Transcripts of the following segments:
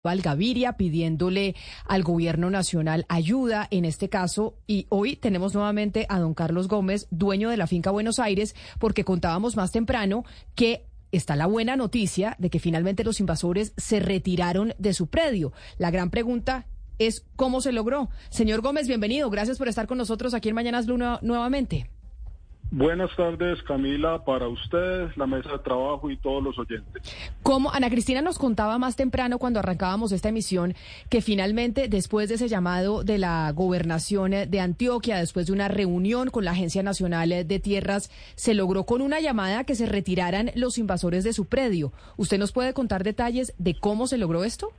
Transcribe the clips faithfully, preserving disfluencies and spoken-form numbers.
al Gaviria pidiéndole al gobierno nacional ayuda en este caso, y hoy tenemos nuevamente a don Carlos Gómez, dueño de la finca Buenos Aires, porque contábamos más temprano que está la buena noticia de que finalmente los invasores se retiraron de su predio. La gran pregunta es cómo se logró. Señor Gómez, bienvenido, gracias por estar con nosotros aquí en Mañanas Blue nu- nuevamente. Buenas tardes, Camila, para ustedes, la mesa de trabajo y todos los oyentes. Como Ana Cristina nos contaba más temprano cuando arrancábamos esta emisión, que finalmente después de ese llamado de la gobernación de Antioquia, después de una reunión con la Agencia Nacional de Tierras, se logró con una llamada que se retiraran los invasores de su predio. ¿Usted nos puede contar detalles de cómo se logró esto?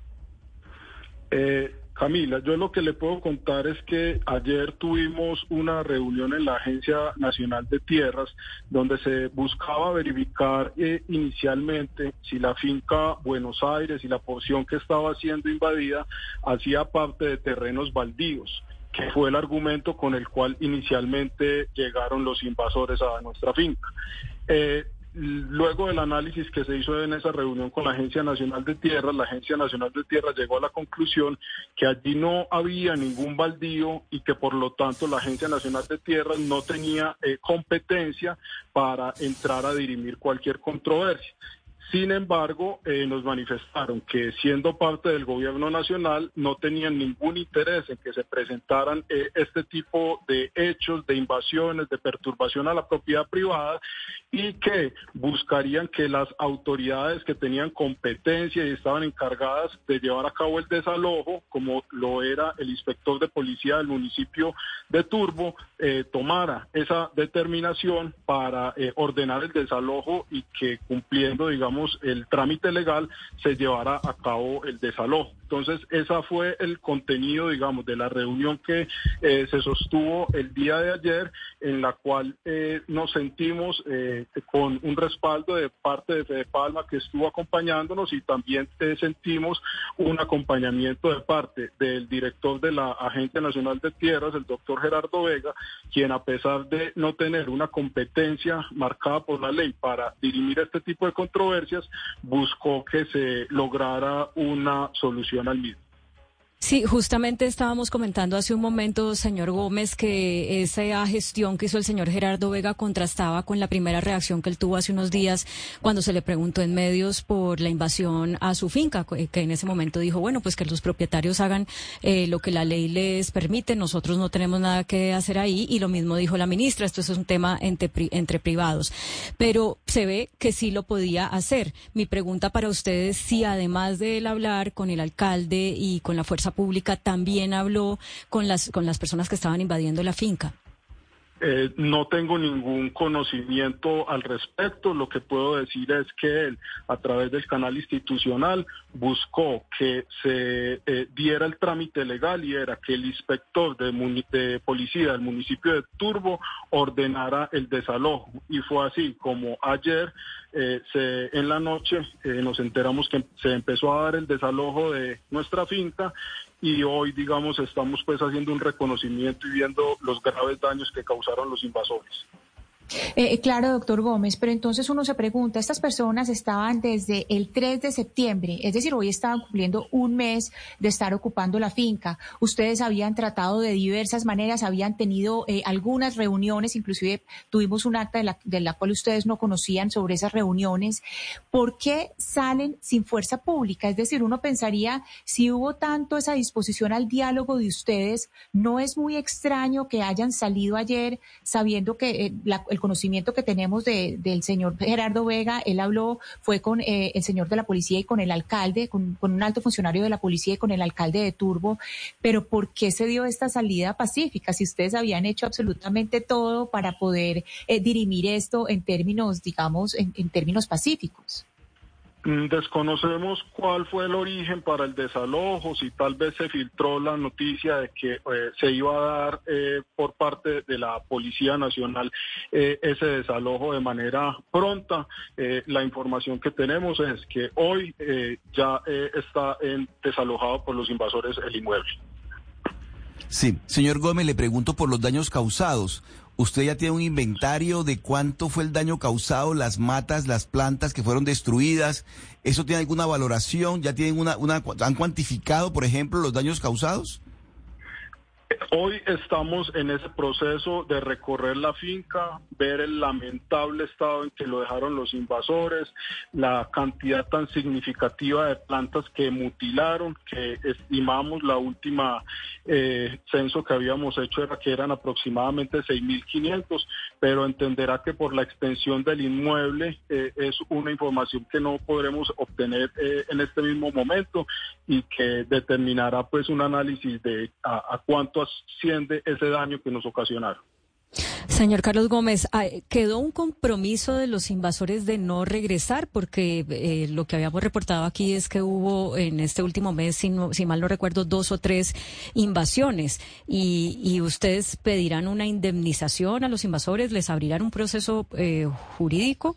Eh, Camila, yo lo que le puedo contar es que ayer tuvimos una reunión en la Agencia Nacional de Tierras donde se buscaba verificar eh, inicialmente si la finca Buenos Aires y la porción que estaba siendo invadida hacía parte de terrenos baldíos, que fue el argumento con el cual inicialmente llegaron los invasores a nuestra finca. Eh, Luego del análisis que se hizo en esa reunión con la Agencia Nacional de Tierras, la Agencia Nacional de Tierras llegó a la conclusión que allí no había ningún baldío y que por lo tanto la Agencia Nacional de Tierras no tenía eh, competencia para entrar a dirimir cualquier controversia. Sin embargo, eh, nos manifestaron que siendo parte del gobierno nacional no tenían ningún interés en que se presentaran eh, este tipo de hechos, de invasiones, de perturbación a la propiedad privada, y que buscarían que las autoridades que tenían competencia y estaban encargadas de llevar a cabo el desalojo, como lo era el inspector de policía del municipio de Turbo, eh, tomara esa determinación para eh, ordenar el desalojo y que cumpliendo, digamos, el trámite legal se llevara a cabo el desalojo. Entonces, ese fue el contenido, digamos, de la reunión que eh, se sostuvo el día de ayer, en la cual eh, nos sentimos eh, con un respaldo de parte de Fede Palma, que estuvo acompañándonos, y también eh, sentimos un acompañamiento de parte del director de la Agencia Nacional de Tierras, el doctor Gerardo Vega, quien, a pesar de no tener una competencia marcada por la ley para dirimir este tipo de controversias, buscó que se lograra una solución al mismo. Sí, justamente estábamos comentando hace un momento, señor Gómez, que esa gestión que hizo el señor Gerardo Vega contrastaba con la primera reacción que él tuvo hace unos días cuando se le preguntó en medios por la invasión a su finca, que en ese momento dijo, bueno, pues que los propietarios hagan eh, lo que la ley les permite, nosotros no tenemos nada que hacer ahí, y lo mismo dijo la ministra, esto es un tema entre, entre privados. Pero se ve que sí lo podía hacer. Mi pregunta para ustedes, si además de él hablar con el alcalde y con la fuerza pública, también habló con las con las personas que estaban invadiendo la finca. Eh, no tengo ningún conocimiento al respecto. Lo que puedo decir es que él, a través del canal institucional, buscó que se eh, diera el trámite legal, y era que el inspector de, muni- de policía del municipio de Turbo ordenara el desalojo. Y fue así como ayer, eh, se, en la noche, eh, nos enteramos que se empezó a dar el desalojo de nuestra finca, y hoy, digamos, estamos pues haciendo un reconocimiento y viendo los graves daños que causaron los invasores. Eh, claro, doctor Gómez, pero entonces uno se pregunta, estas personas estaban desde el tres de septiembre, es decir, hoy estaban cumpliendo un mes de estar ocupando la finca. Ustedes habían tratado de diversas maneras, habían tenido eh, algunas reuniones, inclusive tuvimos un acta de la, de la cual ustedes no conocían sobre esas reuniones. ¿Por qué salen sin fuerza pública? Es decir, uno pensaría, si hubo tanto esa disposición al diálogo de ustedes, ¿no es muy extraño que hayan salido ayer sabiendo que eh, la, el conocimiento que tenemos de, del señor Gerardo Vega, él habló, fue con eh, el señor de la policía y con el alcalde, con, con un alto funcionario de la policía y con el alcalde de Turbo, pero ¿por qué se dio esta salida pacífica si ustedes habían hecho absolutamente todo para poder eh, dirimir esto en términos, digamos, en, en términos pacíficos? Desconocemos cuál fue el origen para el desalojo, si tal vez se filtró la noticia de que eh, se iba a dar eh, por parte de la Policía Nacional eh, ese desalojo de manera pronta. Eh, la información que tenemos es que hoy eh, ya eh, está en, desalojado por los invasores el inmueble. Sí, señor Gómez, le pregunto por los daños causados. ¿Usted ya tiene un inventario de cuánto fue el daño causado, las matas, las plantas que fueron destruidas? ¿Eso tiene alguna valoración? ¿Ya tienen una, una, han cuantificado, por ejemplo, los daños causados? Hoy estamos en ese proceso de recorrer la finca, ver el lamentable estado en que lo dejaron los invasores, la cantidad tan significativa de plantas que mutilaron, que estimamos la última eh, censo que habíamos hecho era que eran aproximadamente seis mil quinientos, pero entenderá que por la extensión del inmueble eh, es una información que no podremos obtener eh, en este mismo momento y que determinará pues un análisis de a, a cuánto asciende ese daño que nos ocasionaron. Señor Carlos Gómez, ¿quedó un compromiso de los invasores de no regresar? Porque eh, lo que habíamos reportado aquí es que hubo en este último mes, si, no, si mal no recuerdo, dos o tres invasiones. Y, y ustedes pedirán una indemnización a los invasores, ¿les abrirán un proceso eh, jurídico?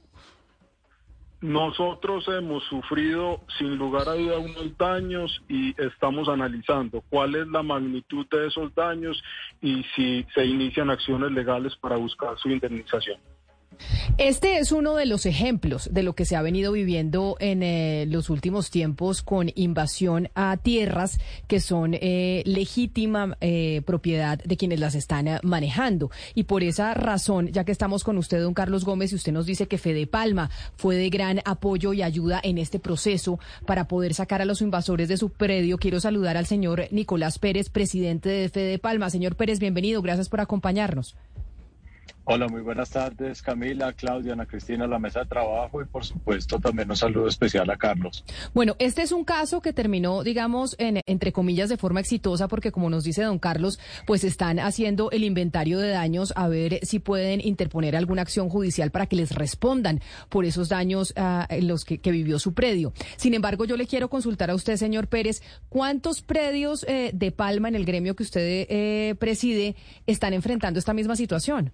Nosotros hemos sufrido sin lugar a duda unos daños y estamos analizando cuál es la magnitud de esos daños y si se inician acciones legales para buscar su indemnización. Este es uno de los ejemplos de lo que se ha venido viviendo en eh, los últimos tiempos con invasión a tierras que son eh, legítima eh, propiedad de quienes las están eh, manejando. Y por esa razón, ya que estamos con usted, don Carlos Gómez, y usted nos dice que Fedepalma fue de gran apoyo y ayuda en este proceso para poder sacar a los invasores de su predio, quiero saludar al señor Nicolás Pérez, presidente de Fedepalma. Señor Pérez, bienvenido, gracias por acompañarnos. Hola, muy buenas tardes, Camila, Claudia, Ana Cristina, la mesa de trabajo y por supuesto también un saludo especial a Carlos. Bueno, este es un caso que terminó, digamos, en, entre comillas, de forma exitosa porque, como nos dice don Carlos, pues están haciendo el inventario de daños a ver si pueden interponer alguna acción judicial para que les respondan por esos daños uh, en los que, que vivió su predio. Sin embargo, yo le quiero consultar a usted, señor Pérez, ¿cuántos predios eh, de Palma en el gremio que usted eh, preside están enfrentando esta misma situación?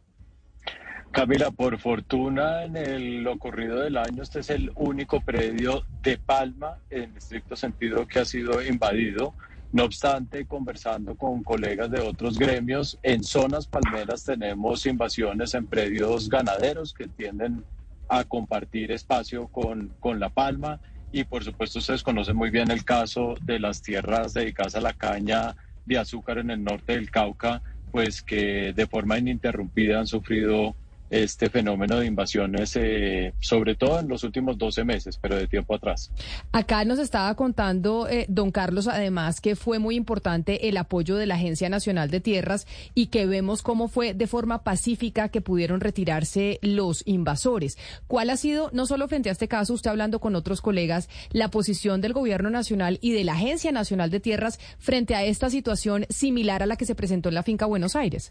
Camila, por fortuna en el, lo ocurrido del año, este es el único predio de Palma, en estricto sentido, que ha sido invadido. No obstante, conversando con colegas de otros gremios, en zonas palmeras tenemos invasiones en predios ganaderos que tienden a compartir espacio con, con La Palma. Y por supuesto, ustedes conocen muy bien el caso de las tierras dedicadas a la caña de azúcar en el norte del Cauca, pues que de forma ininterrumpida han sufrido este fenómeno de invasiones, eh, sobre todo en los últimos doce meses, pero de tiempo atrás. Acá nos estaba contando eh, don Carlos, además, que fue muy importante el apoyo de la Agencia Nacional de Tierras y que vemos cómo fue de forma pacífica que pudieron retirarse los invasores. ¿Cuál ha sido, no solo frente a este caso, usted hablando con otros colegas, la posición del Gobierno Nacional y de la Agencia Nacional de Tierras frente a esta situación similar a la que se presentó en la finca Buenos Aires?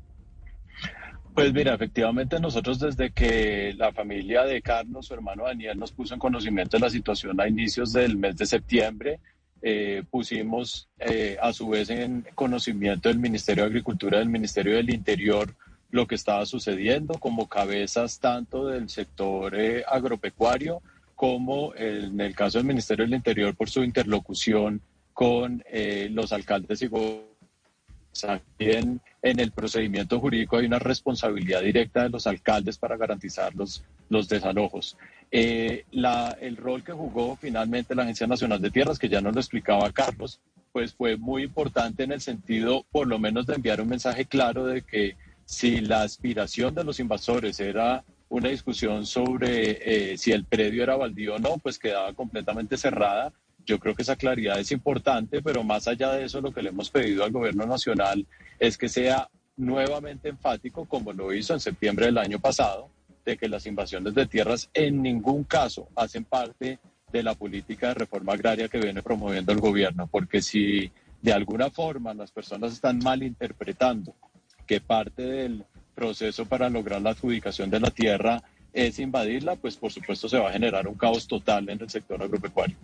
Pues mira, efectivamente nosotros desde que la familia de Carlos, su hermano Daniel, nos puso en conocimiento de la situación a inicios del mes de septiembre, eh, pusimos eh, a su vez en conocimiento del Ministerio de Agricultura, del Ministerio del Interior, lo que estaba sucediendo como cabezas tanto del sector eh, agropecuario como eh, en el caso del Ministerio del Interior por su interlocución con eh, los alcaldes y gobernadores. También en el procedimiento jurídico hay una responsabilidad directa de los alcaldes para garantizar los, los desalojos. Eh, la, el rol que jugó finalmente la Agencia Nacional de Tierras, que ya nos lo explicaba Carlos, pues fue muy importante en el sentido por lo menos de enviar un mensaje claro de que si la aspiración de los invasores era una discusión sobre eh, si el predio era baldío o no, pues quedaba completamente cerrada. Yo creo que esa claridad es importante, pero más allá de eso, lo que le hemos pedido al Gobierno Nacional es que sea nuevamente enfático, como lo hizo en septiembre del año pasado, de que las invasiones de tierras en ningún caso hacen parte de la política de reforma agraria que viene promoviendo el Gobierno, porque si de alguna forma las personas están malinterpretando que parte del proceso para lograr la adjudicación de la tierra es invadirla, pues por supuesto se va a generar un caos total en el sector agropecuario.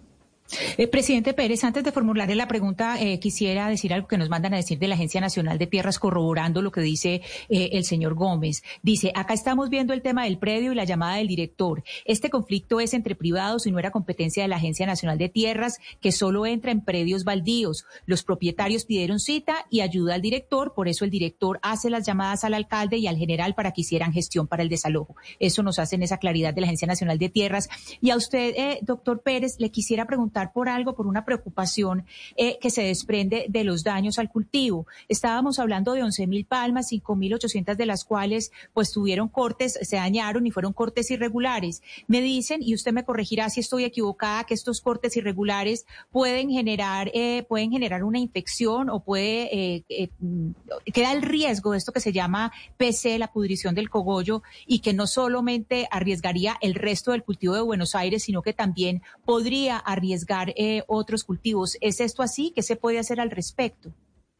Eh, presidente Pérez, antes de formularle la pregunta, eh, quisiera decir algo que nos mandan a decir de la Agencia Nacional de Tierras, corroborando lo que dice eh, el señor Gómez. Dice, acá estamos viendo el tema del predio y la llamada del director. Este conflicto es entre privados y no era competencia de la Agencia Nacional de Tierras, que solo entra en predios baldíos. Los propietarios pidieron cita y ayuda al director, por eso el director hace las llamadas al alcalde y al general para que hicieran gestión para el desalojo. Eso nos hacen esa claridad de la Agencia Nacional de Tierras. Y a usted, eh, doctor Pérez, le quisiera preguntar por algo, por una preocupación eh, que se desprende de los daños al cultivo. Estábamos hablando de once mil palmas, cinco mil ochocientas de las cuales pues tuvieron cortes, se dañaron y fueron cortes irregulares. Me dicen, y usted me corregirá si estoy equivocada, que estos cortes irregulares pueden generar, eh, pueden generar una infección o puede, eh, eh, queda el riesgo de esto que se llama P C, la pudrición del cogollo, y que no solamente arriesgaría el resto del cultivo de Buenos Aires, sino que también podría arriesgar Eh, otros cultivos. ¿Es esto así? ¿Qué se puede hacer al respecto?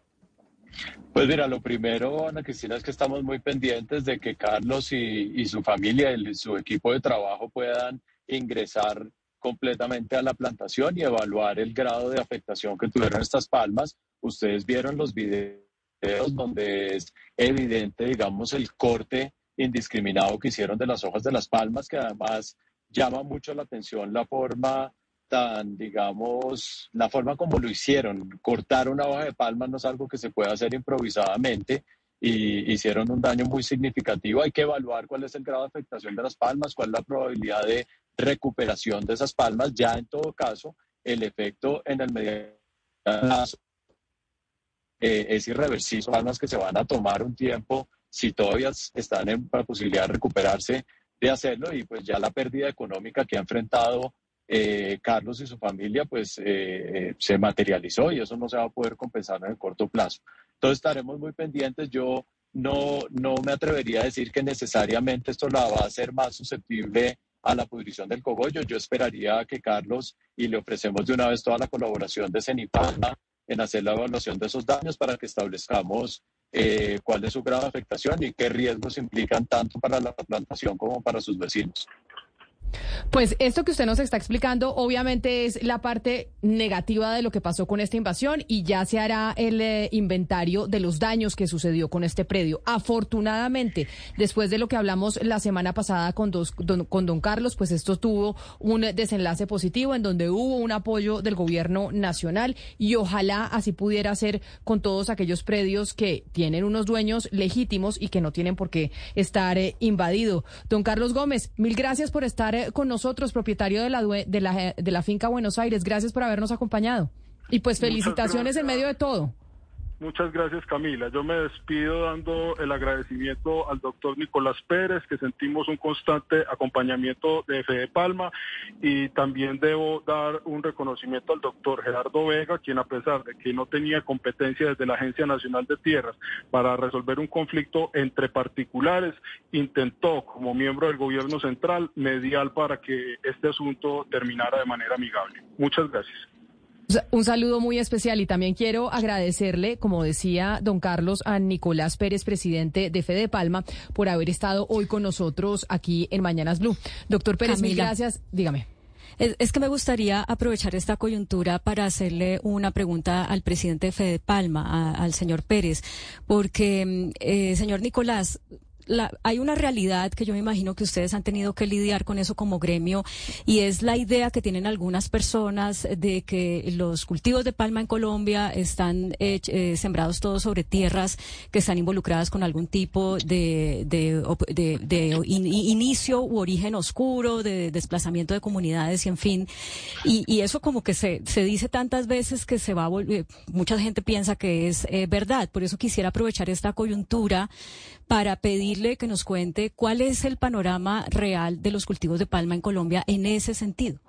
Pues mira, lo primero, Ana Cristina, es que estamos muy pendientes de que Carlos y, y su familia y su equipo de trabajo puedan ingresar completamente a la plantación y evaluar el grado de afectación que tuvieron estas palmas. Ustedes vieron los videos donde es evidente, digamos, el corte indiscriminado que hicieron de las hojas de las palmas, que además llama mucho la atención la forma tan, digamos, la forma como lo hicieron. Cortar una hoja de palma no es algo que se puede hacer improvisadamente y hicieron un daño muy significativo. Hay que evaluar cuál es el grado de afectación de las palmas, cuál es la probabilidad de recuperación de esas palmas. Ya en todo caso, el efecto en el mediano plazo eh, es irreversible. Son palmas que se van a tomar un tiempo, si todavía están en la posibilidad de recuperarse, de hacerlo, y pues ya la pérdida económica que ha enfrentado Eh, Carlos y su familia pues eh, eh, se materializó y eso no se va a poder compensar en el corto plazo. Entonces estaremos muy pendientes. Yo no, no me atrevería a decir que necesariamente esto la va a hacer más susceptible a la pudrición del cogollo. Yo esperaría que Carlos, y le ofrecemos de una vez toda la colaboración de Cenipalma en hacer la evaluación de esos daños para que establezcamos eh, cuál es su grado de afectación y qué riesgos implican tanto para la plantación como para sus vecinos. Pues esto que usted nos está explicando obviamente es la parte negativa de lo que pasó con esta invasión y ya se hará el eh, inventario de los daños que sucedió con este predio. Afortunadamente, después de lo que hablamos la semana pasada con, dos, don, con don Carlos, pues esto tuvo un desenlace positivo en donde hubo un apoyo del gobierno nacional y ojalá así pudiera ser con todos aquellos predios que tienen unos dueños legítimos y que no tienen por qué estar eh, invadido. Don Carlos Gómez, mil gracias por estar eh, con nosotros, propietario de la, de la de la finca Buenos Aires. Gracias por habernos acompañado. Y pues felicitaciones en medio de todo. Muchas gracias, Camila. Yo me despido dando el agradecimiento al doctor Nicolás Pérez, que sentimos un constante acompañamiento de Fedepalma, y también debo dar un reconocimiento al doctor Gerardo Vega, quien a pesar de que no tenía competencia desde la Agencia Nacional de Tierras para resolver un conflicto entre particulares, intentó como miembro del gobierno central mediar para que este asunto terminara de manera amigable. Muchas gracias. Un saludo muy especial y también quiero agradecerle, como decía don Carlos, a Nicolás Pérez, presidente de Fedepalma, por haber estado hoy con nosotros aquí en Mañanas Blue. Doctor Pérez, Camila, mil gracias. Dígame. Es, es que me gustaría aprovechar esta coyuntura para hacerle una pregunta al presidente de Fedepalma, a, al señor Pérez, porque, eh, señor Nicolás, La, hay una realidad que yo me imagino que ustedes han tenido que lidiar con eso como gremio, y es la idea que tienen algunas personas de que los cultivos de palma en Colombia están eh, eh, sembrados todos sobre tierras que están involucradas con algún tipo de, de, de, de in, inicio u origen oscuro, de desplazamiento de comunidades y en fin. Y, y eso como que se, se dice tantas veces que se va a volver, mucha gente piensa que es eh, verdad. Por eso quisiera aprovechar esta coyuntura para pedirle que nos cuente cuál es el panorama real de los cultivos de palma en Colombia en ese sentido.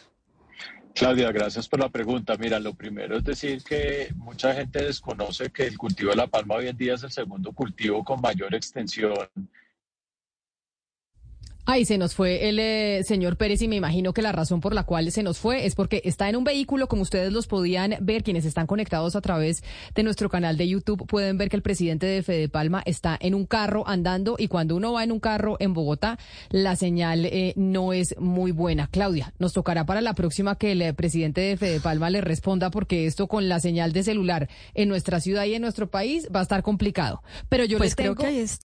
Claudia, gracias por la pregunta. Mira, lo primero es decir que mucha gente desconoce que el cultivo de la palma hoy en día es el segundo cultivo con mayor extensión. Ay, se nos fue el eh, señor Pérez y me imagino que la razón por la cual se nos fue es porque está en un vehículo, como ustedes los podían ver, quienes están conectados a través de nuestro canal de YouTube pueden ver que el presidente de Fedepalma está en un carro andando y cuando uno va en un carro en Bogotá, la señal eh, no es muy buena. Claudia, nos tocará para la próxima que el presidente de Fedepalma le responda porque esto con la señal de celular en nuestra ciudad y en nuestro país va a estar complicado. Pero yo pues les creo tengo... que ahí está.